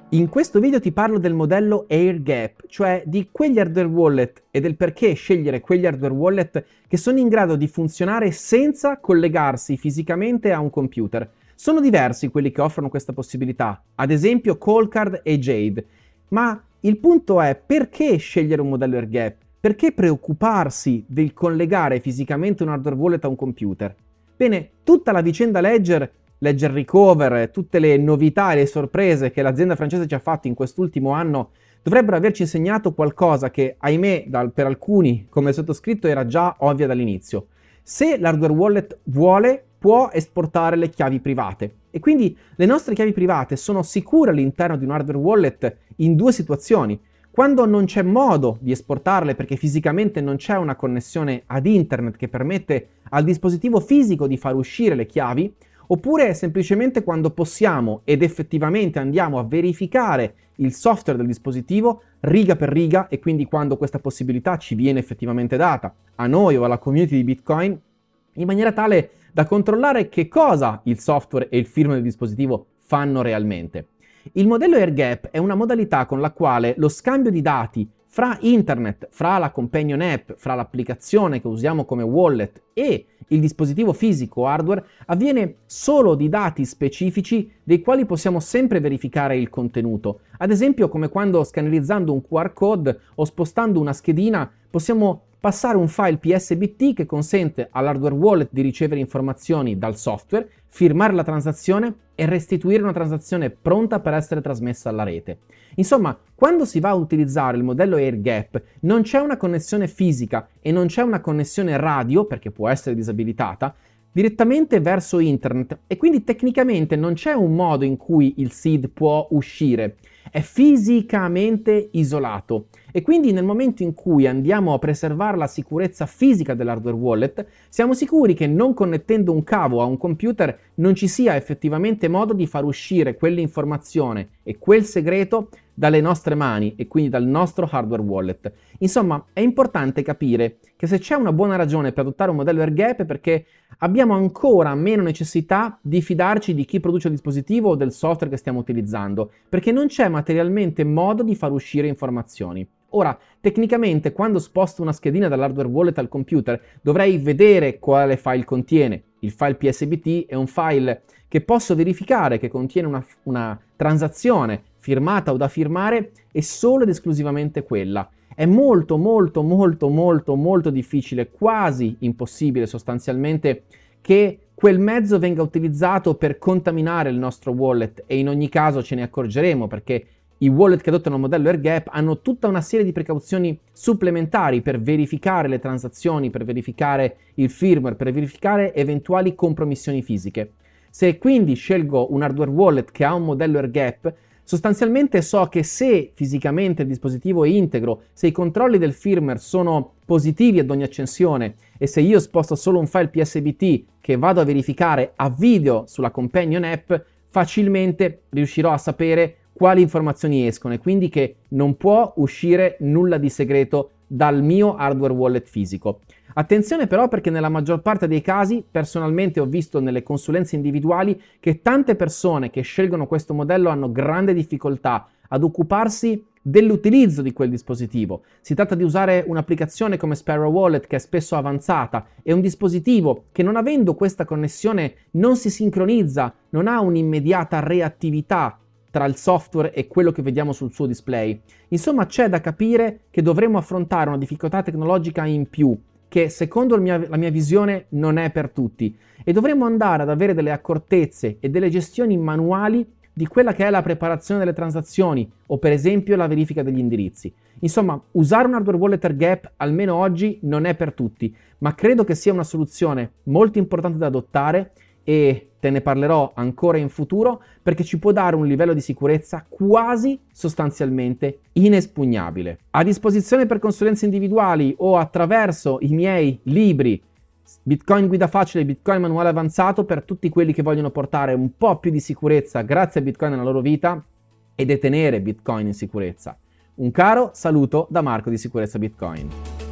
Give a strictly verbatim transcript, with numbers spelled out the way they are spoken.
In questo video ti parlo del modello AirGap, cioè di quegli hardware wallet e del perché scegliere quegli hardware wallet che sono in grado di funzionare senza collegarsi fisicamente a un computer. Sono diversi quelli che offrono questa possibilità, ad esempio Coldcard e Jade, ma il punto è: perché scegliere un modello AirGap? Perché preoccuparsi del collegare fisicamente un hardware wallet a un computer? Bene, tutta la vicenda Ledger Ledger Recover, tutte le novità e le sorprese che l'azienda francese ci ha fatto in quest'ultimo anno dovrebbero averci insegnato qualcosa che, ahimè, dal, per alcuni, come sottoscritto, era già ovvia dall'inizio. Se l'hardware wallet vuole, può esportare le chiavi private. E quindi le nostre chiavi private sono sicure all'interno di un hardware wallet in due situazioni. Quando non c'è modo di esportarle perché fisicamente non c'è una connessione ad internet che permette al dispositivo fisico di far uscire le chiavi, oppure semplicemente quando possiamo ed effettivamente andiamo a verificare il software del dispositivo riga per riga, e quindi quando questa possibilità ci viene effettivamente data a noi o alla community di Bitcoin, in maniera tale da controllare che cosa il software e il firmware del dispositivo fanno realmente. Il modello AirGap è una modalità con la quale lo scambio di dati fra internet, fra la companion app, fra l'applicazione che usiamo come wallet e il dispositivo fisico o hardware avviene solo di dati specifici dei quali possiamo sempre verificare il contenuto. Ad esempio, come quando scannerizzando un Q R code o spostando una schedina possiamo passare un file P S B T che consente all'hardware wallet di ricevere informazioni dal software, firmare la transazione e restituire una transazione pronta per essere trasmessa alla rete. Insomma, quando si va a utilizzare il modello AirGap non c'è una connessione fisica e non c'è una connessione radio, perché può essere disabilitata, direttamente verso internet, e quindi tecnicamente non c'è un modo in cui il S I D può uscire. È fisicamente isolato e quindi nel momento in cui andiamo a preservare la sicurezza fisica dell'hardware wallet, siamo sicuri che non connettendo un cavo a un computer non ci sia effettivamente modo di far uscire quell'informazione e quel segreto dalle nostre mani e quindi dal nostro hardware wallet. Insomma, è importante capire che se c'è una buona ragione per adottare un modello AirGap è perché abbiamo ancora meno necessità di fidarci di chi produce il dispositivo o del software che stiamo utilizzando, perché non c'è materialmente modo di far uscire informazioni. Ora, tecnicamente, quando sposto una schedina dall'hardware wallet al computer, dovrei vedere quale file contiene. Il file P S B T è un file che posso verificare che contiene una, una transazione firmata o da firmare, e solo ed esclusivamente quella. È molto molto molto molto molto difficile, quasi impossibile sostanzialmente, che quel mezzo venga utilizzato per contaminare il nostro wallet, e in ogni caso ce ne accorgeremo perché i wallet che adottano il modello AirGap hanno tutta una serie di precauzioni supplementari per verificare le transazioni, per verificare il firmware, per verificare eventuali compromissioni fisiche. Se quindi scelgo un hardware wallet che ha un modello AirGap, sostanzialmente so che se fisicamente il dispositivo è integro, se i controlli del firmware sono positivi ad ogni accensione e se io sposto solo un file P S B T che vado a verificare a video sulla companion app, facilmente riuscirò a sapere quali informazioni escono e quindi che non può uscire nulla di segreto dal mio hardware wallet fisico. Attenzione però, perché nella maggior parte dei casi, personalmente ho visto nelle consulenze individuali che tante persone che scelgono questo modello hanno grande difficoltà ad occuparsi dell'utilizzo di quel dispositivo. Si tratta di usare un'applicazione come Sparrow Wallet che è spesso avanzata e un dispositivo che, non avendo questa connessione, non si sincronizza, non ha un'immediata reattività tra il software e quello che vediamo sul suo display. Insomma, c'è da capire che dovremo affrontare una difficoltà tecnologica in più, che secondo la mia, la mia visione non è per tutti, e dovremo andare ad avere delle accortezze e delle gestioni manuali di quella che è la preparazione delle transazioni o per esempio la verifica degli indirizzi. Insomma, usare un hardware wallet AirGap almeno oggi non è per tutti, ma credo che sia una soluzione molto importante da adottare, e te ne parlerò ancora in futuro perché ci può dare un livello di sicurezza quasi sostanzialmente inespugnabile. A disposizione per consulenze individuali o attraverso i miei libri Bitcoin Guida Facile e Bitcoin Manuale Avanzato per tutti quelli che vogliono portare un po' più di sicurezza grazie a Bitcoin nella loro vita e detenere Bitcoin in sicurezza. Un caro saluto da Marco di Sicurezza Bitcoin.